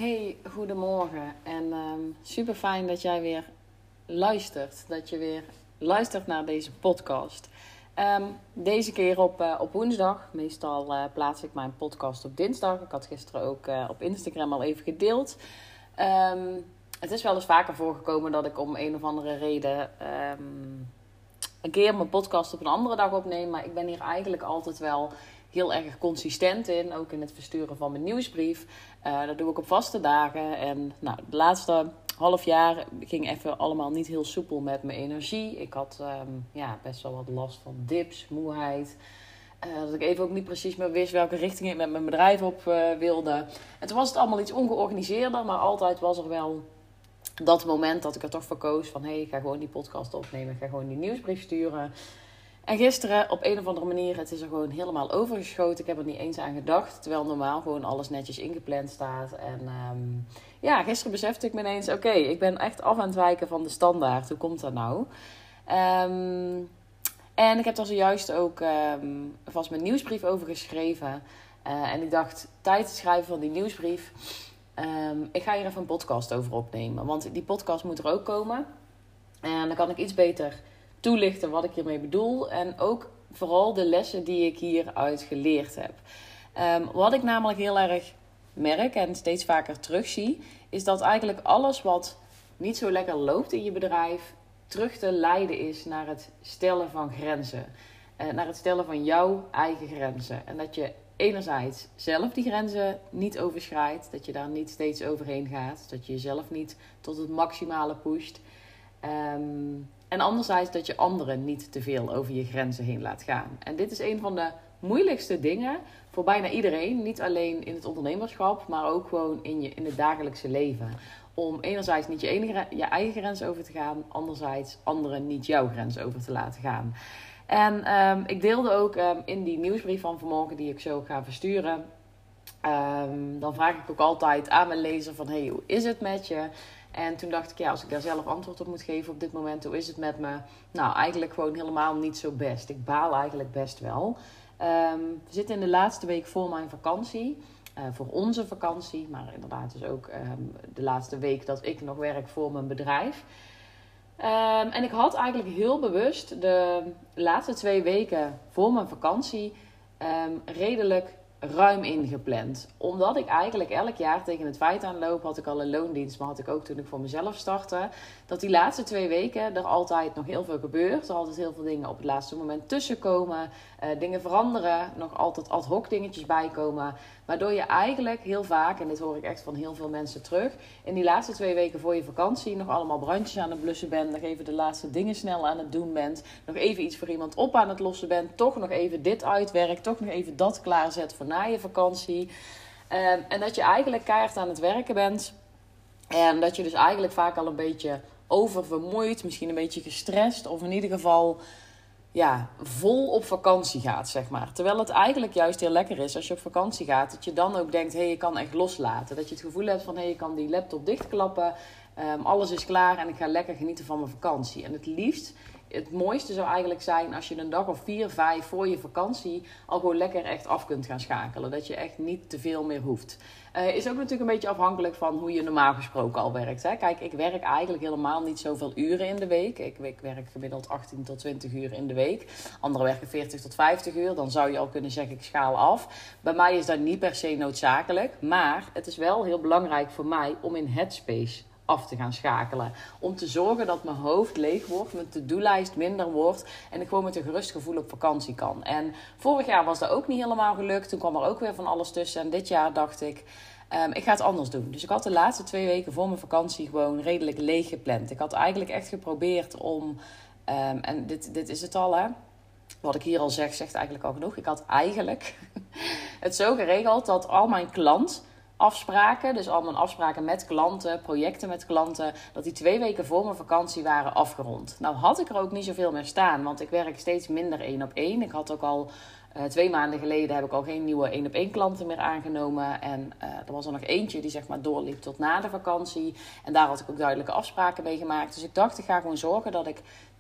Hey, goedemorgen en super fijn dat jij weer luistert. Dat je weer luistert naar deze podcast. Deze keer op woensdag. Meestal plaats ik mijn podcast op dinsdag. Ik had gisteren ook op Instagram al even gedeeld. Het is wel eens vaker voorgekomen dat ik om een of andere reden een keer mijn podcast op een andere dag opneem. Maar ik ben hier eigenlijk altijd wel heel erg consistent in. Ook in het versturen van mijn nieuwsbrief. Dat doe ik op vaste dagen. En de laatste half jaar ging even allemaal niet heel soepel met mijn energie. Ik had best wel wat last van dips, moeheid. Dat ik even ook niet precies meer wist welke richting ik met mijn bedrijf op wilde. En toen was het allemaal iets ongeorganiseerder. Maar altijd was er wel dat moment dat ik er toch voor koos van... ik ga gewoon die podcast opnemen. Ik ga gewoon die nieuwsbrief sturen. En gisteren op een of andere manier, het is er gewoon helemaal overgeschoten. Ik heb er niet eens aan gedacht. Terwijl normaal gewoon alles netjes ingepland staat. En gisteren besefte ik me ineens... Oké, ik ben echt af aan het wijken van de standaard. Hoe komt dat nou? En ik heb daar zojuist ook vast mijn nieuwsbrief over geschreven. En ik dacht, tijd te schrijven van die nieuwsbrief. Ik ga hier even een podcast over opnemen. Want die podcast moet er ook komen. En dan kan ik iets beter toelichten wat ik hiermee bedoel. En ook vooral de lessen die ik hieruit geleerd heb. Wat ik namelijk heel erg merk en steeds vaker terugzie... is dat eigenlijk alles wat niet zo lekker loopt in je bedrijf... terug te leiden is naar het stellen van grenzen. Naar het stellen van jouw eigen grenzen. En dat je enerzijds zelf die grenzen niet overschrijdt. Dat je daar niet steeds overheen gaat. Dat je jezelf niet tot het maximale pusht. En anderzijds dat je anderen niet te veel over je grenzen heen laat gaan. En dit is een van de moeilijkste dingen voor bijna iedereen. Niet alleen in het ondernemerschap, maar ook gewoon in het dagelijkse leven. Om enerzijds niet je eigen grens over te gaan. Anderzijds anderen niet jouw grens over te laten gaan. En ik deelde ook in die nieuwsbrief van vanmorgen die ik zo ga versturen. Dan vraag ik ook altijd aan mijn lezer van... hoe is het met je? En toen dacht ik, als ik daar zelf antwoord op moet geven op dit moment... hoe is het met me? Nou, eigenlijk gewoon helemaal niet zo best. Ik baal eigenlijk best wel. We zitten in de laatste week voor mijn vakantie. Voor onze vakantie. Maar inderdaad dus ook de laatste week dat ik nog werk voor mijn bedrijf. En ik had eigenlijk heel bewust de laatste 2 weken voor mijn vakantie... redelijk ruim ingepland. Omdat ik eigenlijk elk jaar tegen het feit aanloop... had ik al een loondienst, maar had ik ook toen ik voor mezelf startte... dat die laatste 2 weken er altijd nog heel veel gebeurt. Er altijd heel veel dingen op het laatste moment tussenkomen. Dingen veranderen. Nog altijd ad hoc dingetjes bijkomen. Waardoor je eigenlijk heel vaak, en dit hoor ik echt van heel veel mensen terug... in die laatste 2 weken voor je vakantie... nog allemaal brandjes aan het blussen bent. Nog even de laatste dingen snel aan het doen bent. Nog even iets voor iemand op aan het lossen bent. Toch nog even dit uitwerkt. Toch nog even dat klaarzet voor na je vakantie. En dat je eigenlijk keihard aan het werken bent. En dat je dus eigenlijk vaak al een beetje oververmoeid. Misschien een beetje gestrest. Of in ieder geval... vol op vakantie gaat, zeg maar. Terwijl het eigenlijk juist heel lekker is als je op vakantie gaat. Dat je dan ook denkt, je kan echt loslaten. Dat je het gevoel hebt van, je kan die laptop dichtklappen. Alles is klaar en ik ga lekker genieten van mijn vakantie. En het mooiste zou eigenlijk zijn als je een dag of 4, 5 voor je vakantie... al gewoon lekker echt af kunt gaan schakelen. Dat je echt niet te veel meer hoeft. Is ook natuurlijk een beetje afhankelijk van hoe je normaal gesproken al werkt. Hè? Kijk, ik werk eigenlijk helemaal niet zoveel uren in de week. Ik werk gemiddeld 18 tot 20 uur in de week. Anderen werken 40 tot 50 uur. Dan zou je al kunnen zeggen, ik schaal af. Bij mij is dat niet per se noodzakelijk. Maar het is wel heel belangrijk voor mij om in Headspace af te gaan schakelen. Om te zorgen dat mijn hoofd leeg wordt, mijn to-do-lijst minder wordt en ik gewoon met een gerust gevoel op vakantie kan. En vorig jaar was dat ook niet helemaal gelukt. Toen kwam er ook weer van alles tussen. En dit jaar dacht ik, ik ga het anders doen. Dus ik had de laatste 2 weken voor mijn vakantie gewoon redelijk leeg gepland. Ik had eigenlijk echt geprobeerd om, en dit is het al, hè. Wat ik hier al zeg, zegt eigenlijk al genoeg. Ik had eigenlijk het zo geregeld dat al mijn klantafspraken, dus al mijn afspraken met klanten, projecten met klanten, dat die 2 weken voor mijn vakantie waren afgerond. Nou had ik er ook niet zoveel meer staan, want ik werk steeds minder 1-op-1. Ik had ook al 2 maanden geleden heb ik al geen nieuwe 1-op-1 klanten meer aangenomen. En er was er nog eentje die zeg maar doorliep tot na de vakantie. En daar had ik ook duidelijke afspraken mee gemaakt. Dus ik dacht, ik ga gewoon zorgen dat ik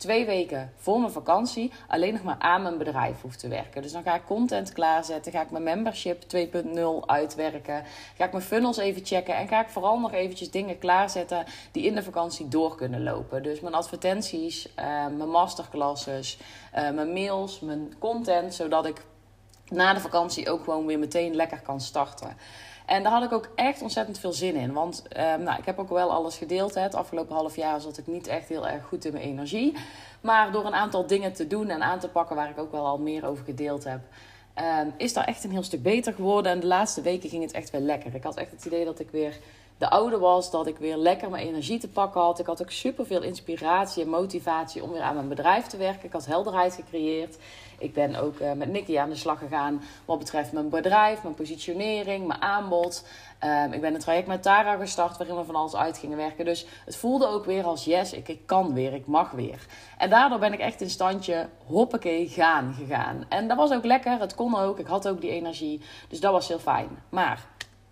2 weken voor mijn vakantie alleen nog maar aan mijn bedrijf hoef te werken. Dus dan ga ik content klaarzetten, ga ik mijn membership 2.0 uitwerken, ga ik mijn funnels even checken en ga ik vooral nog eventjes dingen klaarzetten die in de vakantie door kunnen lopen. Dus mijn advertenties, mijn masterclasses, mijn mails, mijn content, zodat ik na de vakantie ook gewoon weer meteen lekker kan starten. En daar had ik ook echt ontzettend veel zin in. Want ik heb ook wel alles gedeeld. Het afgelopen half jaar zat ik niet echt heel erg goed in mijn energie. Maar door een aantal dingen te doen en aan te pakken waar ik ook wel al meer over gedeeld heb, is daar echt een heel stuk beter geworden. En de laatste weken ging het echt weer lekker. Ik had echt het idee dat ik weer de oude was. Dat ik weer lekker mijn energie te pakken had. Ik had ook superveel inspiratie en motivatie om weer aan mijn bedrijf te werken. Ik had helderheid gecreëerd. Ik ben ook met Nikki aan de slag gegaan wat betreft mijn bedrijf, mijn positionering, mijn aanbod. Ik ben een traject met Tara gestart waarin we van alles uit gingen werken. Dus het voelde ook weer als yes, ik kan weer, ik mag weer. En daardoor ben ik echt in standje hoppakee gegaan. En dat was ook lekker, het kon ook, ik had ook die energie. Dus dat was heel fijn. Maar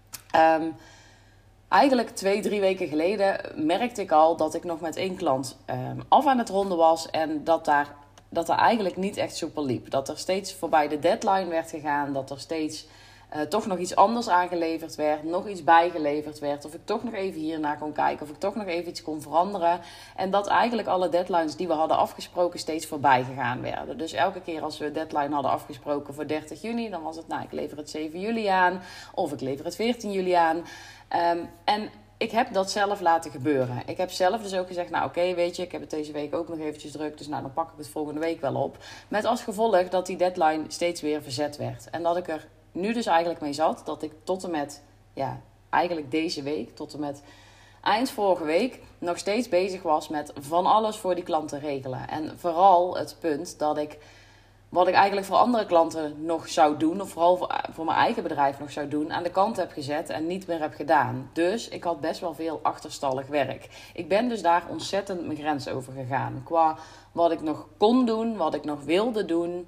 eigenlijk 2-3 weken geleden merkte ik al dat ik nog met 1 klant af aan het ronden was. En dat daar eigenlijk niet echt soepel liep. Dat er steeds voorbij de deadline werd gegaan. Dat er steeds toch nog iets anders aangeleverd werd. Nog iets bijgeleverd werd. Of ik toch nog even hiernaar kon kijken. Of ik toch nog even iets kon veranderen. En dat eigenlijk alle deadlines die we hadden afgesproken steeds voorbij gegaan werden. Dus elke keer als we een deadline hadden afgesproken voor 30 juni... dan was het, ik lever het 7 juli aan. Of ik lever het 14 juli aan. En ik heb dat zelf laten gebeuren. Ik heb zelf dus ook gezegd, oké, weet je, ik heb het deze week ook nog eventjes druk. Dus dan pak ik het volgende week wel op. Met als gevolg dat die deadline steeds weer verzet werd. En dat ik er nu dus eigenlijk mee zat. Dat ik tot en met, eigenlijk deze week, tot en met eind vorige week nog steeds bezig was met van alles voor die klant te regelen. En vooral het punt dat ik wat ik eigenlijk voor andere klanten nog zou doen, of vooral voor mijn eigen bedrijf nog zou doen, aan de kant heb gezet en niet meer heb gedaan. Dus ik had best wel veel achterstallig werk. Ik ben dus daar ontzettend mijn grens over gegaan. Qua wat ik nog kon doen, wat ik nog wilde doen,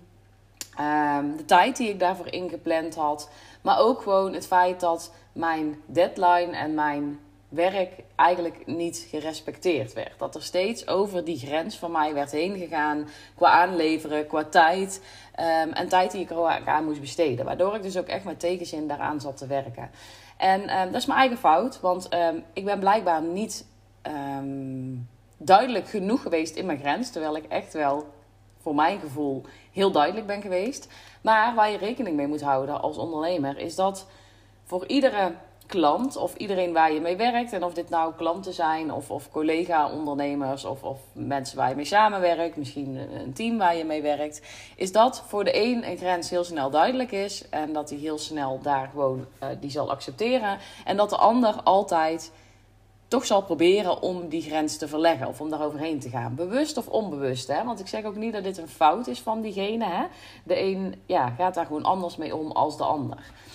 de tijd die ik daarvoor ingepland had. Maar ook gewoon het feit dat mijn deadline en mijn werk eigenlijk niet gerespecteerd werd. Dat er steeds over die grens van mij werd heen gegaan qua aanleveren, qua tijd. En tijd die ik er aan moest besteden. Waardoor ik dus ook echt met tegenzin daaraan zat te werken. En dat is mijn eigen fout. Want ik ben blijkbaar niet duidelijk genoeg geweest in mijn grens. Terwijl ik echt wel, voor mijn gevoel, heel duidelijk ben geweest. Maar waar je rekening mee moet houden als ondernemer, is dat voor iedere klant of iedereen waar je mee werkt, en of dit nou klanten zijn of collega-ondernemers of mensen waar je mee samenwerkt, misschien een team waar je mee werkt, is dat voor de een grens heel snel duidelijk is en dat hij heel snel daar gewoon die zal accepteren, en dat de ander altijd toch zal proberen om die grens te verleggen of om daar overheen te gaan. Bewust of onbewust, hè? Want ik zeg ook niet dat dit een fout is van diegene, hè? De een gaat daar gewoon anders mee om als de ander.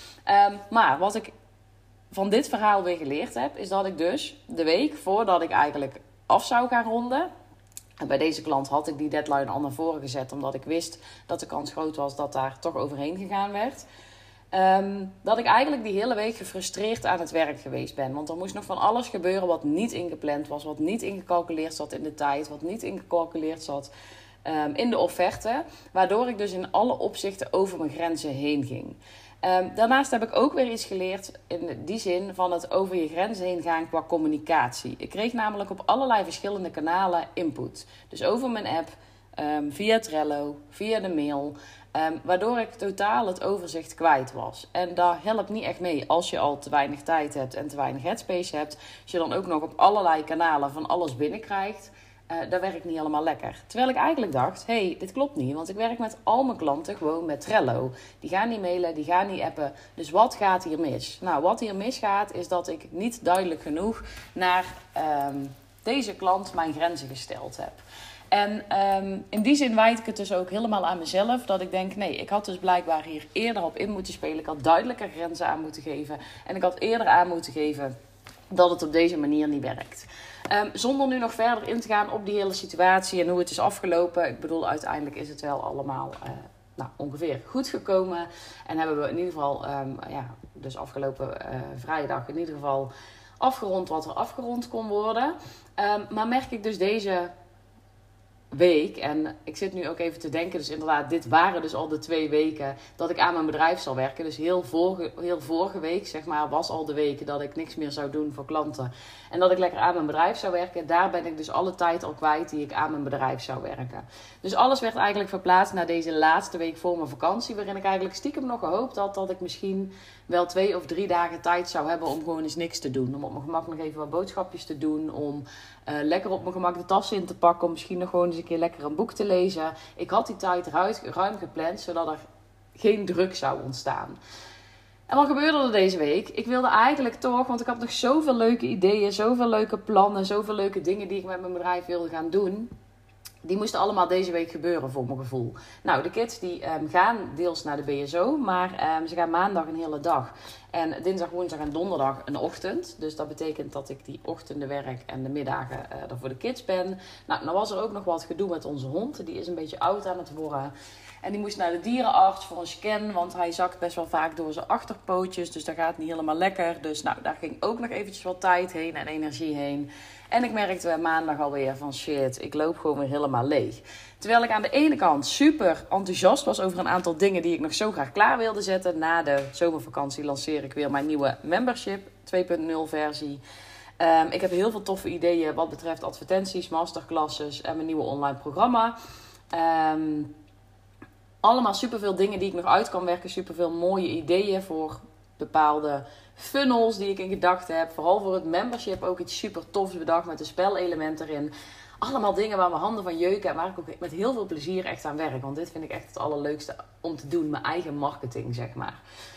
Maar wat ik van dit verhaal weer geleerd heb, is dat ik dus de week voordat ik eigenlijk af zou gaan ronden, en bij deze klant had ik die deadline al naar voren gezet, omdat ik wist dat de kans groot was dat daar toch overheen gegaan werd, dat ik eigenlijk die hele week gefrustreerd aan het werk geweest ben. Want er moest nog van alles gebeuren wat niet ingepland was, wat niet ingecalculeerd zat in de tijd, wat niet ingecalculeerd zat in de offerte, waardoor ik dus in alle opzichten over mijn grenzen heen ging. Daarnaast heb ik ook weer iets geleerd in die zin van het over je grenzen heen gaan qua communicatie. Ik kreeg namelijk op allerlei verschillende kanalen input. Dus over mijn app, via Trello, via de mail, waardoor ik totaal het overzicht kwijt was. En dat helpt niet echt mee als je al te weinig tijd hebt en te weinig headspace hebt. Als je dan ook nog op allerlei kanalen van alles binnenkrijgt, dat werkt niet helemaal lekker. Terwijl ik eigenlijk dacht, dit klopt niet. Want ik werk met al mijn klanten gewoon met Trello. Die gaan niet mailen, die gaan niet appen. Dus wat gaat hier mis? Nou, wat hier misgaat is dat ik niet duidelijk genoeg naar deze klant mijn grenzen gesteld heb. En in die zin wijd ik het dus ook helemaal aan mezelf. Dat ik denk, nee, ik had dus blijkbaar hier eerder op in moeten spelen. Ik had duidelijker grenzen aan moeten geven. En ik had eerder aan moeten geven dat het op deze manier niet werkt. Zonder nu nog verder in te gaan op die hele situatie en hoe het is afgelopen. Ik bedoel, uiteindelijk is het wel allemaal ongeveer goed gekomen. En hebben we in ieder geval, dus afgelopen vrijdag in ieder geval afgerond wat er afgerond kon worden. Maar merk ik dus deze week. En ik zit nu ook even te denken. Dus inderdaad, dit waren dus al de 2 weken dat ik aan mijn bedrijf zal werken. Dus heel vorige week, zeg maar, was al de week dat ik niks meer zou doen voor klanten. En dat ik lekker aan mijn bedrijf zou werken. Daar ben ik dus alle tijd al kwijt die ik aan mijn bedrijf zou werken. Dus alles werd eigenlijk verplaatst naar deze laatste week voor mijn vakantie. Waarin ik eigenlijk stiekem nog gehoopt had dat ik misschien wel 2 of 3 dagen tijd zou hebben om gewoon eens niks te doen. Om op mijn gemak nog even wat boodschapjes te doen. Om lekker op mijn gemak de tas in te pakken. Om misschien nog gewoon eens een keer lekker een boek te lezen. Ik had die tijd ruim gepland, zodat er geen druk zou ontstaan. En wat gebeurde er deze week? Ik wilde eigenlijk toch, want ik had nog zoveel leuke ideeën, zoveel leuke plannen, zoveel leuke dingen die ik met mijn bedrijf wilde gaan doen. Die moesten allemaal deze week gebeuren voor mijn gevoel. Nou, de kids die gaan deels naar de BSO, maar ze gaan maandag een hele dag. En dinsdag, woensdag en donderdag een ochtend. Dus dat betekent dat ik die ochtenden werk en de middagen er voor de kids ben. Nou, dan was er ook nog wat gedoe met onze hond. Die is een beetje oud aan het worden. En die moest naar de dierenarts voor een scan, want hij zakt best wel vaak door zijn achterpootjes. Dus dat gaat niet helemaal lekker. Dus nou, daar ging ook nog eventjes wat tijd heen en energie heen. En ik merkte maandag alweer van shit, ik loop gewoon weer helemaal leeg. Terwijl ik aan de ene kant super enthousiast was over een aantal dingen die ik nog zo graag klaar wilde zetten. Na de zomervakantie lanceer ik weer mijn nieuwe membership 2.0 versie. Ik heb heel veel toffe ideeën wat betreft advertenties, masterclasses en mijn nieuwe online programma. Allemaal superveel dingen die ik nog uit kan werken. Superveel mooie ideeën voor bepaalde funnels die ik in gedachten heb. Vooral voor het membership ook iets super tofs bedacht met een spelelement erin. Allemaal dingen waar mijn handen van jeuken en waar ik ook met heel veel plezier echt aan werk. Want dit vind ik echt het allerleukste om te doen. Mijn eigen marketing, zeg maar.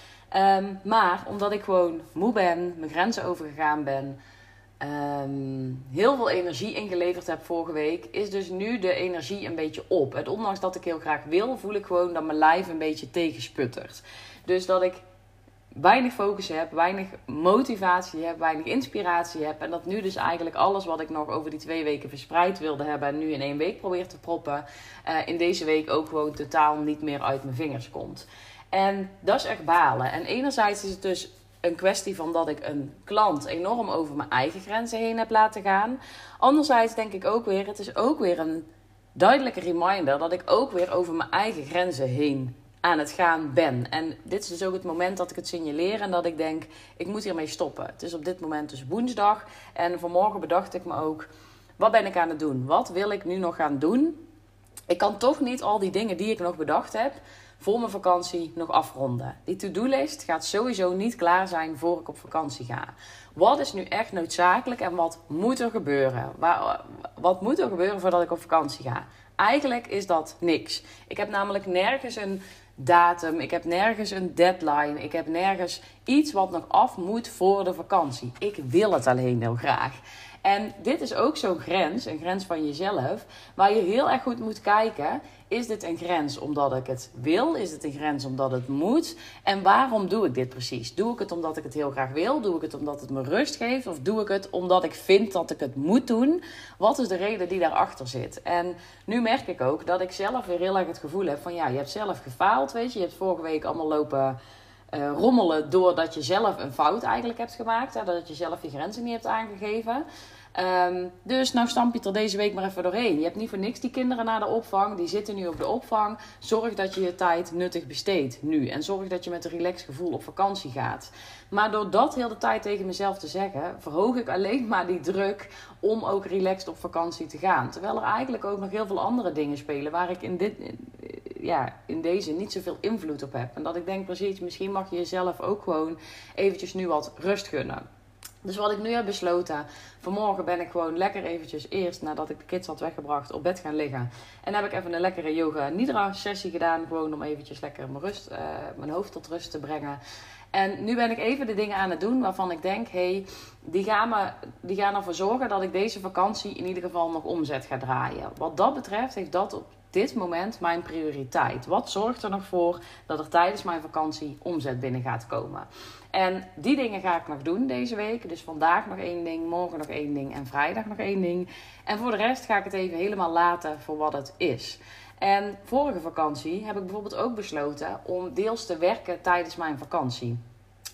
Maar omdat ik gewoon moe ben, mijn grenzen overgegaan ben, heel veel energie ingeleverd heb vorige week, is dus nu de energie een beetje op. En ondanks dat ik heel graag wil, voel ik gewoon dat mijn lijf een beetje tegensputtert. Dus dat ik weinig focus heb, weinig motivatie heb, weinig inspiratie heb. En dat nu dus eigenlijk alles wat ik nog over die 2 weken verspreid wilde hebben en nu in 1 week probeer te proppen, in deze week ook gewoon totaal niet meer uit mijn vingers komt. En dat is echt balen. En enerzijds is het dus een kwestie van dat ik een klant enorm over mijn eigen grenzen heen heb laten gaan. Anderzijds denk ik ook weer, het is ook weer een duidelijke reminder dat ik ook weer over mijn eigen grenzen heen aan het gaan ben. En dit is dus ook het moment dat ik het signaleer en dat ik denk, ik moet hiermee stoppen. Het is op dit moment dus woensdag en vanmorgen bedacht ik me ook, wat ben ik aan het doen? Wat wil ik nu nog gaan doen? Ik kan toch niet al die dingen die ik nog bedacht heb voor mijn vakantie nog afronden. Die to-do-list gaat sowieso niet klaar zijn voor ik op vakantie ga. Wat is nu echt noodzakelijk en wat moet er gebeuren? Wat moet er gebeuren voordat ik op vakantie ga? Eigenlijk is dat niks. Ik heb namelijk nergens een datum, ik heb nergens een deadline, ik heb nergens iets wat nog af moet voor de vakantie. Ik wil het alleen heel graag. En dit is ook zo'n grens, een grens van jezelf, waar je heel erg goed moet kijken. Is dit een grens omdat ik het wil? Is het een grens omdat het moet? En waarom doe ik dit precies? Doe ik het omdat ik het heel graag wil? Doe ik het omdat het me rust geeft? Of doe ik het omdat ik vind dat ik het moet doen? Wat is de reden die daarachter zit? En nu merk ik ook dat ik zelf weer heel erg het gevoel heb van ja, je hebt zelf gefaald, weet je. Je hebt vorige week allemaal lopen rommelen doordat je zelf een fout eigenlijk hebt gemaakt. Hè? Dat je zelf je grenzen niet hebt aangegeven. Dus nou stamp je er deze week maar even doorheen. Je hebt niet voor niks die kinderen naar de opvang. Die zitten nu op de opvang. Zorg dat je je tijd nuttig besteedt nu. En zorg dat je met een relaxed gevoel op vakantie gaat. Maar door dat heel de tijd tegen mezelf te zeggen, verhoog ik alleen maar die druk om ook relaxed op vakantie te gaan. Terwijl er eigenlijk ook nog heel veel andere dingen spelen waar ik in deze niet zoveel invloed op heb. En dat ik denk precies, misschien mag je jezelf ook gewoon eventjes nu wat rust gunnen. Dus wat ik nu heb besloten, vanmorgen ben ik gewoon lekker eventjes eerst nadat ik de kids had weggebracht op bed gaan liggen. En heb ik even een lekkere yoga nidra sessie gedaan, gewoon om eventjes lekker mijn hoofd tot rust te brengen. En nu ben ik even de dingen aan het doen waarvan ik denk, die gaan ervoor zorgen dat ik deze vakantie in ieder geval nog omzet ga draaien. Wat dat betreft heeft dat op dit moment mijn prioriteit. Wat zorgt er nog voor dat er tijdens mijn vakantie omzet binnen gaat komen? En die dingen ga ik nog doen deze week. Dus vandaag nog 1 ding, morgen nog 1 ding en vrijdag nog 1 ding. En voor de rest ga ik het even helemaal laten voor wat het is. En vorige vakantie heb ik bijvoorbeeld ook besloten om deels te werken tijdens mijn vakantie.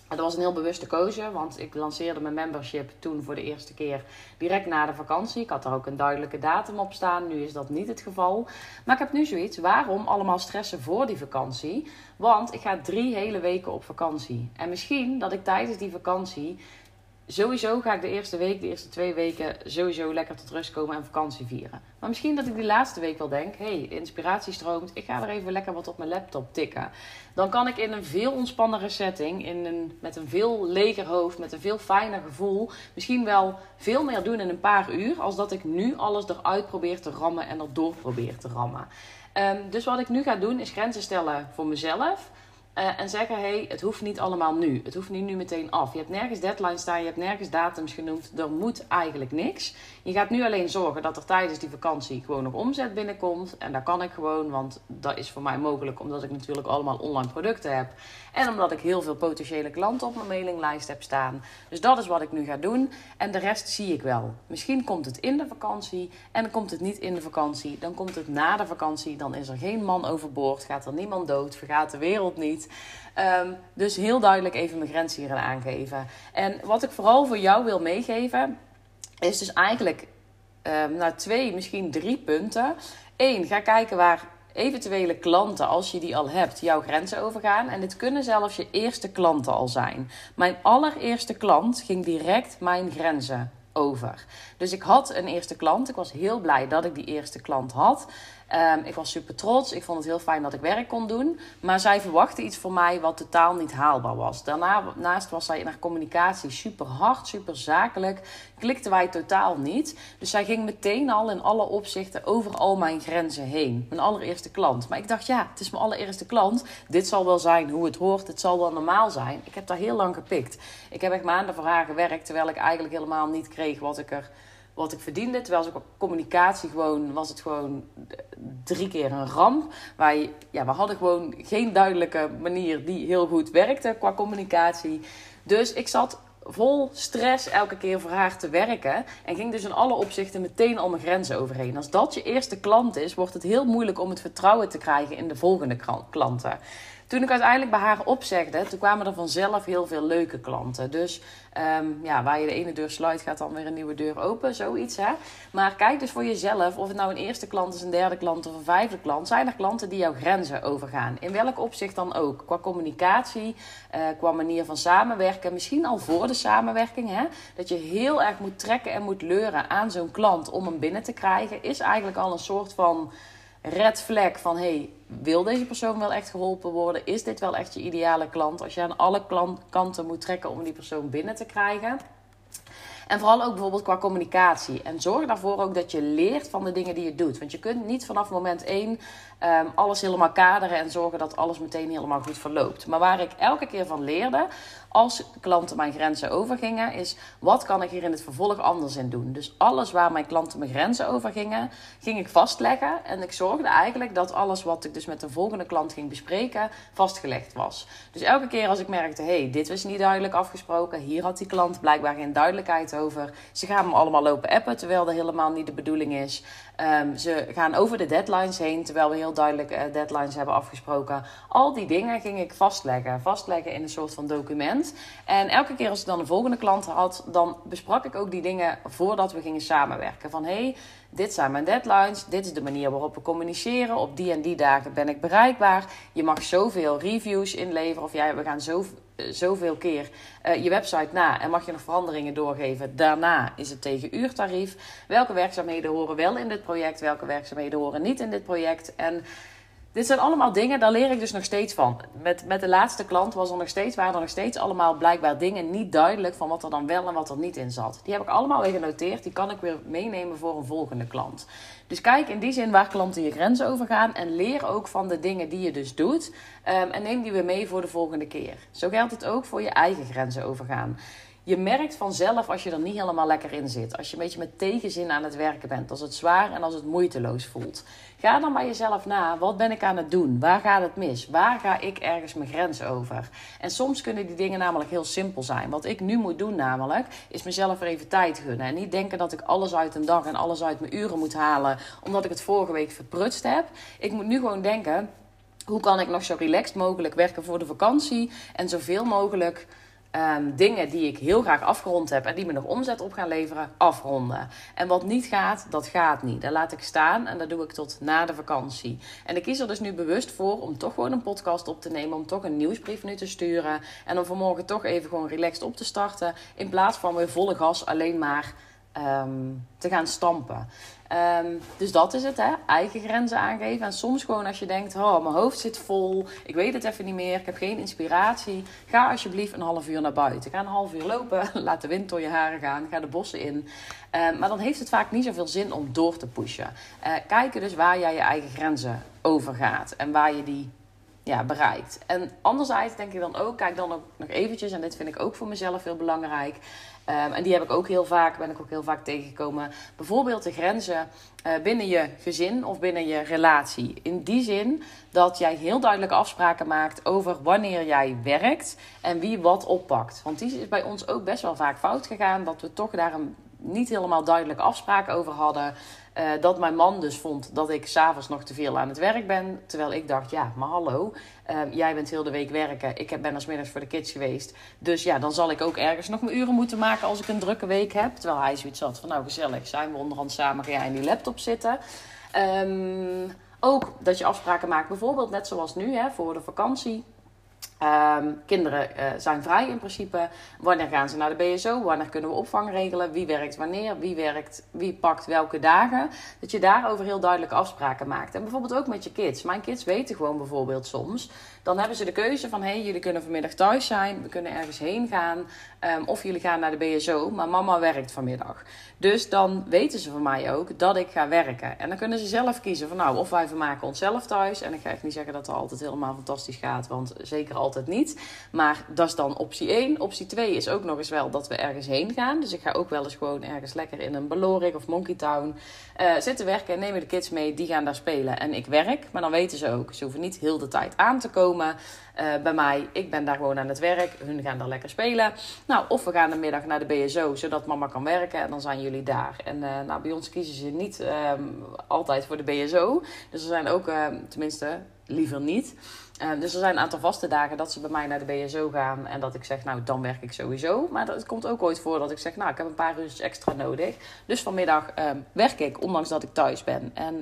Dat was een heel bewuste keuze, want ik lanceerde mijn membership toen voor de eerste keer direct na de vakantie. Ik had er ook een duidelijke datum op staan, nu is dat niet het geval. Maar ik heb nu zoiets, waarom allemaal stressen voor die vakantie? Want ik ga 3 hele weken op vakantie. En misschien dat ik tijdens die vakantie, sowieso ga ik de eerste week, de eerste 2 weken sowieso lekker tot rust komen en vakantie vieren. Maar misschien dat ik die laatste week wel denk, de inspiratie stroomt, ik ga er even lekker wat op mijn laptop tikken. Dan kan ik in een veel ontspannere setting, met een veel leger hoofd, met een veel fijner gevoel, misschien wel veel meer doen in een paar uur, als dat ik nu alles eruit probeer te rammen en erdoor probeer te rammen. Dus wat ik nu ga doen is grenzen stellen voor mezelf. En zeggen, het hoeft niet allemaal nu. Het hoeft niet nu meteen af. Je hebt nergens deadlines staan, je hebt nergens datums genoemd. Er moet eigenlijk niks. Je gaat nu alleen zorgen dat er tijdens die vakantie gewoon nog omzet binnenkomt. En dat kan ik gewoon, want dat is voor mij mogelijk omdat ik natuurlijk allemaal online producten heb. En omdat ik heel veel potentiële klanten op mijn mailinglijst heb staan. Dus dat is wat ik nu ga doen. En de rest zie ik wel. Misschien komt het in de vakantie en dan komt het niet in de vakantie. Dan komt het na de vakantie. Dan is er geen man overboord, gaat er niemand dood, vergaat de wereld niet. Dus heel duidelijk even mijn grens hierin aangeven. En wat ik vooral voor jou wil meegeven, is dus eigenlijk 2, misschien 3 punten. 1, ga kijken waar eventuele klanten, als je die al hebt, jouw grenzen overgaan. En dit kunnen zelfs je eerste klanten al zijn. Mijn allereerste klant ging direct mijn grenzen over. Dus ik had een eerste klant. Ik was heel blij dat ik die eerste klant had. Ik was super trots. Ik vond het heel fijn dat ik werk kon doen. Maar zij verwachtte iets van mij wat totaal niet haalbaar was. Daarnaast was zij naar communicatie super hard, super zakelijk. Klikten wij totaal niet. Dus zij ging meteen al in alle opzichten over al mijn grenzen heen. Mijn allereerste klant. Maar ik dacht, het is mijn allereerste klant. Dit zal wel zijn hoe het hoort. Het zal wel normaal zijn. Ik heb daar heel lang gepikt. Ik heb echt maanden voor haar gewerkt, terwijl ik eigenlijk helemaal niet kreeg wat ik verdiende. Terwijl ze op communicatie was het gewoon 3 keer een ramp. We hadden gewoon geen duidelijke manier die heel goed werkte qua communicatie. Dus ik zat vol stress elke keer voor haar te werken. En ging dus in alle opzichten meteen al mijn grenzen overheen. Als dat je eerste klant is, wordt het heel moeilijk om het vertrouwen te krijgen in de volgende klanten. Toen ik uiteindelijk bij haar opzegde, toen kwamen er vanzelf heel veel leuke klanten. Dus waar je de ene deur sluit, gaat dan weer een nieuwe deur open. Zoiets, hè. Maar kijk dus voor jezelf of het nou een eerste klant is, een derde klant of een 5e klant. Zijn er klanten die jouw grenzen overgaan? In welk opzicht dan ook? Qua communicatie, qua manier van samenwerken. Misschien al voor de samenwerking, hè. Dat je heel erg moet trekken en moet leuren aan zo'n klant om hem binnen te krijgen. Is eigenlijk al een soort van red flag van, wil deze persoon wel echt geholpen worden? Is dit wel echt je ideale klant? Als je aan alle kanten moet trekken om die persoon binnen te krijgen. En vooral ook bijvoorbeeld qua communicatie. En zorg daarvoor ook dat je leert van de dingen die je doet. Want je kunt niet vanaf moment 1 alles helemaal kaderen en zorgen dat alles meteen helemaal goed verloopt. Maar waar ik elke keer van leerde, als klanten mijn grenzen overgingen, is wat kan ik hier in het vervolg anders in doen? Dus alles waar mijn klanten mijn grenzen overgingen, ging ik vastleggen. En ik zorgde eigenlijk dat alles wat ik dus met de volgende klant ging bespreken, vastgelegd was. Dus elke keer als ik merkte, dit was niet duidelijk afgesproken, hier had die klant blijkbaar geen duidelijkheid over. Ze gaan me allemaal lopen appen, terwijl dat helemaal niet de bedoeling is. Ze gaan over de deadlines heen, terwijl we heel duidelijk deadlines hebben afgesproken. Al die dingen ging ik vastleggen in een soort van document. En elke keer als ik dan een volgende klant had, dan besprak ik ook die dingen voordat we gingen samenwerken. Van dit zijn mijn deadlines, dit is de manier waarop we communiceren. Op die en die dagen ben ik bereikbaar. Je mag zoveel reviews inleveren of we gaan zoveel keer je website na en mag je nog veranderingen doorgeven. Daarna is het tegen uurtarief. Welke werkzaamheden horen wel in dit project, welke werkzaamheden horen niet in dit project. En dit zijn allemaal dingen, daar leer ik dus nog steeds van. Met de laatste klant waren er nog steeds allemaal blijkbaar dingen niet duidelijk van wat er dan wel en wat er niet in zat. Die heb ik allemaal weer genoteerd. Die kan ik weer meenemen voor een volgende klant. Dus kijk in die zin waar klanten je grenzen overgaan. En leer ook van de dingen die je dus doet. En neem die weer mee voor de volgende keer. Zo geldt het ook voor je eigen grenzen overgaan. Je merkt vanzelf als je er niet helemaal lekker in zit. Als je een beetje met tegenzin aan het werken bent. Als het zwaar en als het moeiteloos voelt. Ga dan bij jezelf na. Wat ben ik aan het doen? Waar gaat het mis? Waar ga ik ergens mijn grens over? En soms kunnen die dingen namelijk heel simpel zijn. Wat ik nu moet doen namelijk, is mezelf er even tijd gunnen. En niet denken dat ik alles uit een dag en alles uit mijn uren moet halen. Omdat ik het vorige week verprutst heb. Ik moet nu gewoon denken, hoe kan ik nog zo relaxed mogelijk werken voor de vakantie? En zoveel mogelijk dingen die ik heel graag afgerond heb en die me nog omzet op gaan leveren, afronden. En wat niet gaat, dat gaat niet. Dat laat ik staan en dat doe ik tot na de vakantie. En ik kies er dus nu bewust voor om toch gewoon een podcast op te nemen, om toch een nieuwsbrief nu te sturen en om vanmorgen toch even gewoon relaxed op te starten, in plaats van weer volle gas alleen maar te gaan stampen. Dus dat is het, hè? Eigen grenzen aangeven. En soms gewoon als je denkt, oh, mijn hoofd zit vol, ik weet het even niet meer, ik heb geen inspiratie. Ga alsjeblieft een half uur naar buiten. Ga een half uur lopen, laat de wind door je haren gaan, ga de bossen in. Maar dan heeft het vaak niet zoveel zin om door te pushen. Kijken dus waar jij je eigen grenzen over gaat en waar je die bereikt. En anderzijds denk ik dan ook, kijk dan ook nog eventjes, en dit vind ik ook voor mezelf heel belangrijk. En die heb ik ook ben ik ook heel vaak tegengekomen. Bijvoorbeeld de grenzen binnen je gezin of binnen je relatie. In die zin dat jij heel duidelijke afspraken maakt over wanneer jij werkt en wie wat oppakt. Want die is bij ons ook best wel vaak fout gegaan, dat we toch daar niet helemaal duidelijke afspraken over hadden. Dat mijn man dus vond dat ik 's avonds nog te veel aan het werk ben. Terwijl ik dacht, ja, maar hallo. Jij bent heel de week werken. Ik ben 's middags voor de kids geweest. Dus ja, dan zal ik ook ergens nog mijn uren moeten maken als ik een drukke week heb. Terwijl hij zoiets had van, nou gezellig, zijn we onderhand samen, ga jij in die laptop zitten. Ook dat je afspraken maakt, bijvoorbeeld net zoals nu, hè, voor de vakantie. Kinderen zijn vrij in principe. Wanneer gaan ze naar de BSO? Wanneer kunnen we opvang regelen? Wie werkt wanneer? Wie pakt welke dagen? Dat je daarover heel duidelijke afspraken maakt. En bijvoorbeeld ook met je kids. Mijn kids weten gewoon bijvoorbeeld soms. Dan hebben ze de keuze van, jullie kunnen vanmiddag thuis zijn. We kunnen ergens heen gaan. Of jullie gaan naar de BSO. Maar mama werkt vanmiddag. Dus dan weten ze van mij ook dat ik ga werken. En dan kunnen ze zelf kiezen van, of wij vermaken onszelf thuis. En ik ga echt niet zeggen dat het altijd helemaal fantastisch gaat. Want zeker altijd niet. Maar dat is dan optie 1. Optie 2 is ook nog eens wel dat we ergens heen gaan. Dus ik ga ook wel eens gewoon ergens lekker in een Balorik of Monkey Town zitten werken. En nemen de kids mee, die gaan daar spelen. En ik werk, maar dan weten ze ook. Ze hoeven niet heel de tijd aan te komen bij mij. Ik ben daar gewoon aan het werk. Hun gaan daar lekker spelen. Of we gaan de middag naar de BSO, zodat mama kan werken. En dan zijn jullie daar. En bij ons kiezen ze niet altijd voor de BSO. Dus er zijn ook, tenminste, liever niet. Dus er zijn een aantal vaste dagen dat ze bij mij naar de BSO gaan. En dat ik zeg, dan werk ik sowieso. Maar het komt ook ooit voor dat ik zeg, ik heb een paar uurtjes extra nodig. Dus vanmiddag werk ik, ondanks dat ik thuis ben. En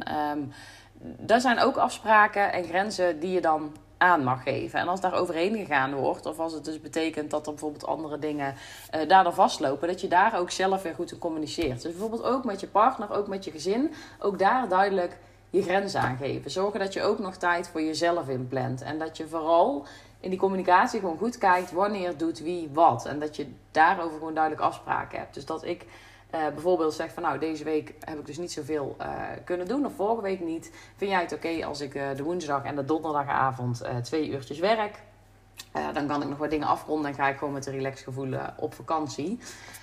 daar zijn ook afspraken en grenzen die je dan aan mag geven. En als daar overheen gegaan wordt, of als het dus betekent dat er bijvoorbeeld andere dingen daar dan vastlopen, dat je daar ook zelf weer goed in communiceert. Dus bijvoorbeeld ook met je partner, ook met je gezin, ook daar duidelijk je grenzen aangeven. Zorgen dat je ook nog tijd voor jezelf inplant. En dat je vooral in die communicatie gewoon goed kijkt wanneer doet wie wat. En dat je daarover gewoon duidelijk afspraken hebt. Dus dat ik bijvoorbeeld zeg van deze week heb ik dus niet zoveel kunnen doen. Of vorige week niet. Vind jij het oké als ik de woensdag en de donderdagavond 2 uurtjes werk? Dan kan ik nog wat dingen afronden en ga ik gewoon met een relaxed gevoel op vakantie.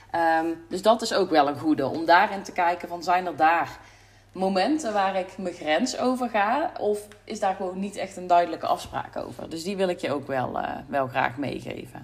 Dus dat is ook wel een goede. Om daarin te kijken van, zijn er daar momenten waar ik mijn grens over ga? Of is daar gewoon niet echt een duidelijke afspraak over? Dus die wil ik je ook wel graag meegeven.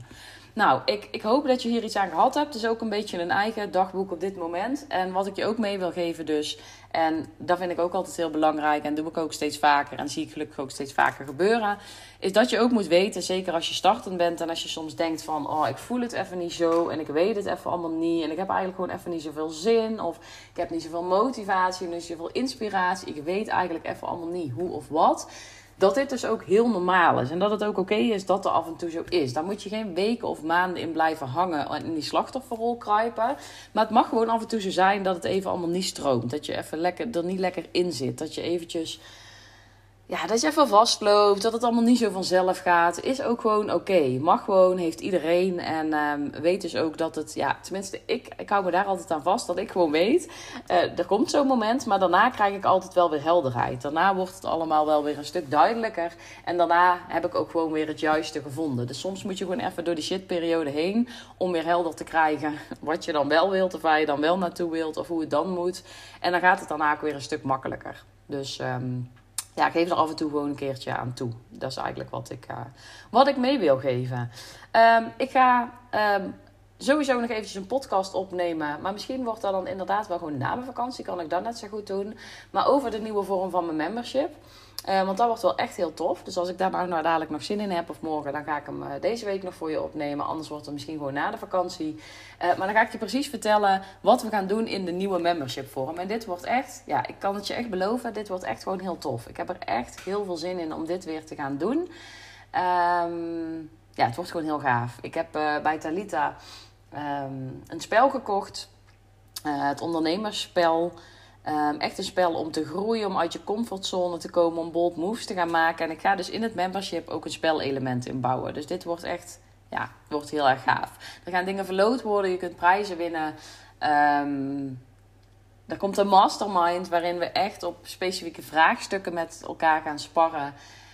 Ik hoop dat je hier iets aan gehad hebt. Het is ook een beetje een eigen dagboek op dit moment. En wat ik je ook mee wil geven dus, en dat vind ik ook altijd heel belangrijk en doe ik ook steeds vaker en zie ik gelukkig ook steeds vaker gebeuren, is dat je ook moet weten, zeker als je startend bent en als je soms denkt van, ik voel het even niet zo en ik weet het even allemaal niet en ik heb eigenlijk gewoon even niet zoveel zin of ik heb niet zoveel motivatie, niet zoveel inspiratie, ik weet eigenlijk even allemaal niet hoe of wat. Dat dit dus ook heel normaal is. En dat het ook oké is dat er af en toe zo is. Daar moet je geen weken of maanden in blijven hangen en in die slachtofferrol kruipen. Maar het mag gewoon af en toe zo zijn dat het even allemaal niet stroomt. Dat je even er niet lekker in zit. Dat je eventjes, dat je even vastloopt. Dat het allemaal niet zo vanzelf gaat. Is ook gewoon oké. Mag gewoon, heeft iedereen. En weet dus ook dat het, tenminste ik hou me daar altijd aan vast. Dat ik gewoon weet, er komt zo'n moment. Maar daarna krijg ik altijd wel weer helderheid. Daarna wordt het allemaal wel weer een stuk duidelijker. En daarna heb ik ook gewoon weer het juiste gevonden. Dus soms moet je gewoon even door die shitperiode heen. Om weer helder te krijgen wat je dan wel wilt. Of waar je dan wel naartoe wilt. Of hoe het dan moet. En dan gaat het daarna ook weer een stuk makkelijker. Dus geef er af en toe gewoon een keertje aan toe. Dat is eigenlijk wat ik mee wil geven. Ik ga sowieso nog eventjes een podcast opnemen. Maar misschien wordt dat dan inderdaad wel gewoon na mijn vakantie. Kan ik dat net zo goed doen. Maar over de nieuwe vorm van mijn membership. Want dat wordt wel echt heel tof. Dus als ik daar nou dadelijk nog zin in heb of morgen, dan ga ik hem deze week nog voor je opnemen. Anders wordt het misschien gewoon na de vakantie. Maar dan ga ik je precies vertellen wat we gaan doen in de nieuwe membership vorm. En dit wordt echt, ja, ik kan het je echt beloven, dit wordt echt gewoon heel tof. Ik heb er echt heel veel zin in om dit weer te gaan doen. Ja, het wordt gewoon heel gaaf. Ik heb bij Talita een spel gekocht. Het ondernemersspel. Echt een spel om te groeien, om uit je comfortzone te komen, om bold moves te gaan maken. En ik ga dus in het membership ook een spelelement inbouwen. Dus dit wordt echt, ja, wordt heel erg gaaf. Er gaan dingen verloot worden, je kunt prijzen winnen. Er komt een mastermind waarin we echt op specifieke vraagstukken met elkaar gaan sparren.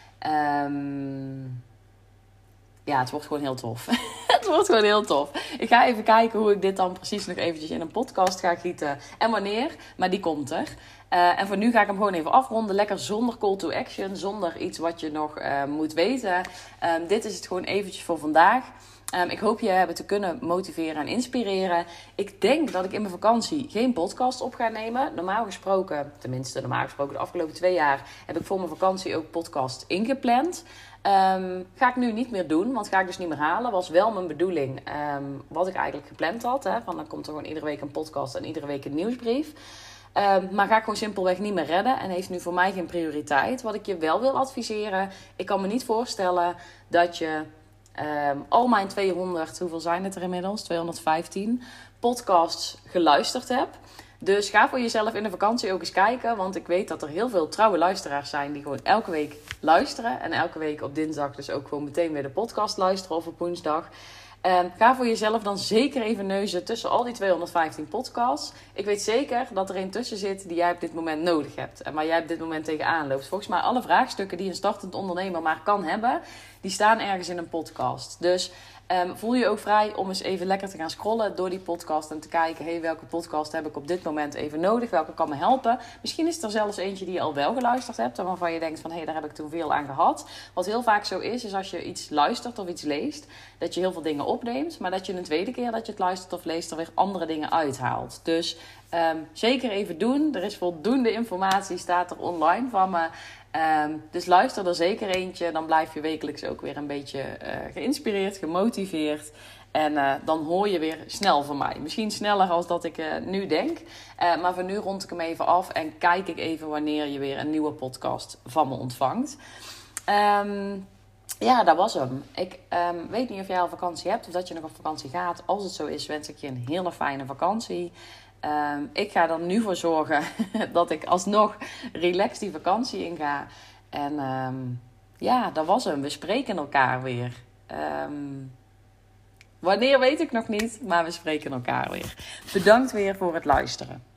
Ja, het wordt gewoon heel tof. Het wordt gewoon heel tof. Ik ga even kijken hoe ik dit dan precies nog eventjes in een podcast ga gieten. En wanneer, maar die komt er. En voor nu ga ik hem gewoon even afronden. Lekker zonder call to action. Zonder iets wat je nog moet weten. Dit is het gewoon eventjes voor vandaag. Ik hoop je hebben te kunnen motiveren en inspireren. Ik denk dat ik in mijn vakantie geen podcast op ga nemen. Normaal gesproken de afgelopen 2 jaar heb ik voor mijn vakantie ook podcast ingepland. Ga ik nu niet meer doen, want ga ik dus niet meer halen. Was wel mijn bedoeling, wat ik eigenlijk gepland had. Hè? Van dan komt er gewoon iedere week een podcast en iedere week een nieuwsbrief. Maar ga ik gewoon simpelweg niet meer redden en heeft nu voor mij geen prioriteit. Wat ik je wel wil adviseren, ik kan me niet voorstellen dat je al mijn 200, hoeveel zijn het er inmiddels? 215 podcasts geluisterd hebt. Dus ga voor jezelf in de vakantie ook eens kijken. Want ik weet dat er heel veel trouwe luisteraars zijn die gewoon elke week luisteren. En elke week op dinsdag dus ook gewoon meteen weer de podcast luisteren of op woensdag. Ga voor jezelf dan zeker even neuzen tussen al die 215 podcasts. Ik weet zeker dat er een tussen zit die jij op dit moment nodig hebt. En waar jij op dit moment tegenaan loopt. Volgens mij alle vraagstukken die een startend ondernemer maar kan hebben, die staan ergens in een podcast. Dus voel je ook vrij om eens even lekker te gaan scrollen door die podcast en te kijken, hey, welke podcast heb ik op dit moment even nodig? Welke kan me helpen? Misschien is er zelfs eentje die je al wel geluisterd hebt en waarvan je denkt van, hey, daar heb ik toen veel aan gehad. Wat heel vaak zo is als je iets luistert of iets leest, dat je heel veel dingen opneemt, maar dat je een tweede keer dat je het luistert of leest er weer andere dingen uithaalt. Dus zeker even doen. Er is voldoende informatie, staat er online van me. Dus luister er zeker eentje. Dan blijf je wekelijks ook weer een beetje geïnspireerd, gemotiveerd. En dan hoor je weer snel van mij. Misschien sneller als dat ik nu denk. Maar voor nu rond ik hem even af en kijk ik even wanneer je weer een nieuwe podcast van me ontvangt. Ja, dat was hem. Ik weet niet of jij al vakantie hebt of dat je nog op vakantie gaat. Als het zo is, wens ik je een hele fijne vakantie. Ik ga er nu voor zorgen dat ik alsnog relaxed die vakantie inga. En ja, dat was hem. We spreken elkaar weer. Wanneer weet ik nog niet, maar we spreken elkaar weer. Bedankt weer voor het luisteren.